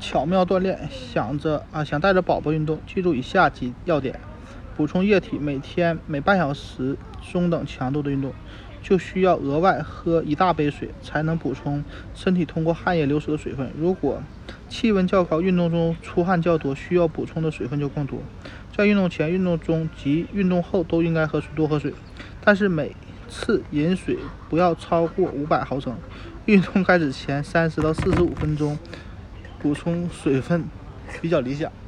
巧妙锻炼，想带着宝宝运动，记住以下几要点：补充液体，每天每半小时中等强度的运动，就需要额外喝1大杯水，才能补充身体通过汗液流失的水分。如果气温较高，运动中出汗较多，需要补充的水分就更多。在运动前、运动中及运动后都应该多喝水，但是每次饮水不要超过500毫升。运动开始前30到45分钟补充水分比较理想。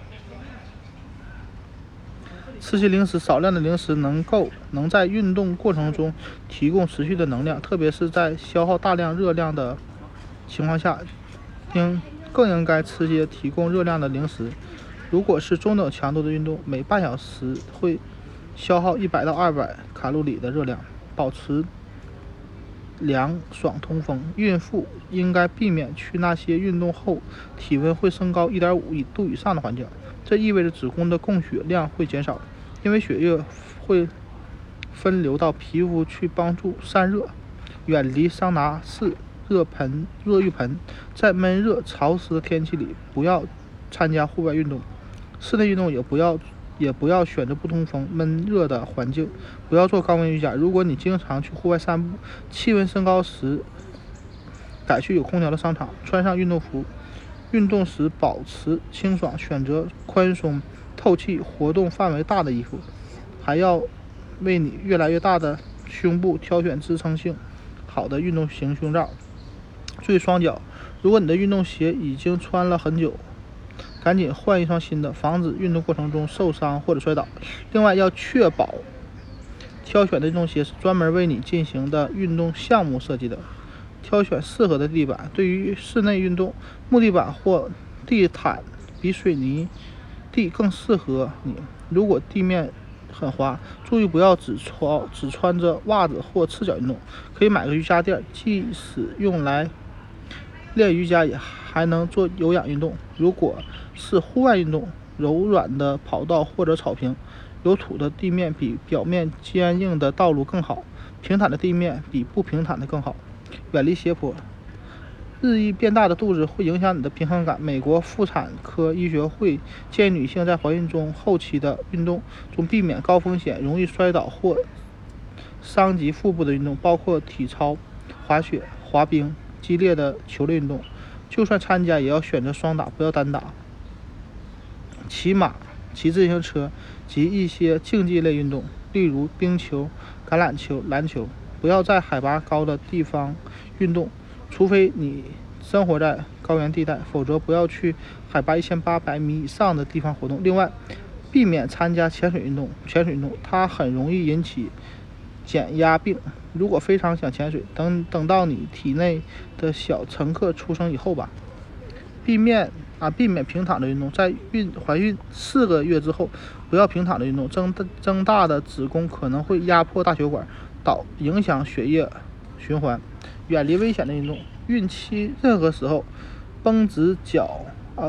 吃些零食，少量的零食能在运动过程中提供持续的能量，特别是在消耗大量热量的情况下，更应该吃些提供热量的零食。如果是中等强度的运动，每半小时会消耗100到200卡路里的热量。保持凉爽通风，孕妇应该避免去那些运动后体温会升高 1.5 度以上的环境，这意味着子宫的供血量会减少，因为血液会分流到皮肤去帮助散热。远离桑拿室、热浴盆，在闷热潮湿的天气里不要参加户外运动，室内运动也不要选择不通风、闷热的环境，不要做高温瑜伽。如果你经常去户外散步，气温升高时，改去有空调的商场，穿上运动服，运动时保持清爽，选择宽松、透气、活动范围大的衣服，还要为你越来越大的胸部挑选支撑性好的运动型胸罩。注意双脚，如果你的运动鞋已经穿了很久，赶紧换一双新的，防止运动过程中受伤或者摔倒。另外，要确保挑选的运动鞋是专门为你进行的运动项目设计的。挑选适合的地板，对于室内运动，木地板或地毯比水泥地更适合你。如果地面很滑，注意不要只穿着袜子或赤脚运动，可以买个瑜伽垫，即使用来练瑜伽也还能做有氧运动。如果是户外运动，柔软的跑道或者草坪，有土的地面比表面坚硬的道路更好，平坦的地面比不平坦的更好。远离斜坡，日益变大的肚子会影响你的平衡感。美国妇产科医学会建议女性在怀孕中后期的运动中避免高风险、容易摔倒或伤及腹部的运动，包括体操、滑雪、滑冰、激烈的球类运动。就算参加也要选择双打，不要单打。骑马、骑自行车及一些竞技类运动，例如冰球、橄榄球、篮球，不要在海拔高的地方运动，除非你生活在高原地带，否则不要去海拔1800米以上的地方活动。另外，避免参加潜水运动，它很容易引起减压病。如果非常想潜水，等到你体内的小乘客出生以后吧。避免平躺的运动，在怀孕4个月之后，不要平躺的运动，增大的子宫可能会压迫大血管，影响血液循环。远离危险的运动，孕期任何时候绷直脚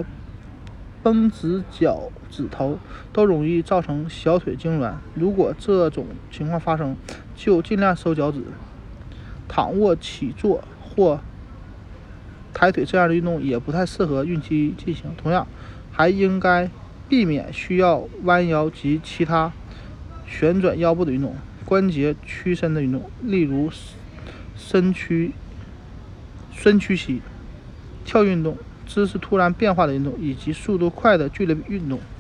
趾头都容易造成小腿痉挛，如果这种情况发生，就尽量收脚趾。躺卧起坐或抬腿这样的运动也不太适合孕期进行，同样还应该避免需要弯腰及其他旋转腰部的运动。关节屈伸的运动，例如身屈膝、跳运动、姿势突然变化的运动以及速度快的剧烈运动。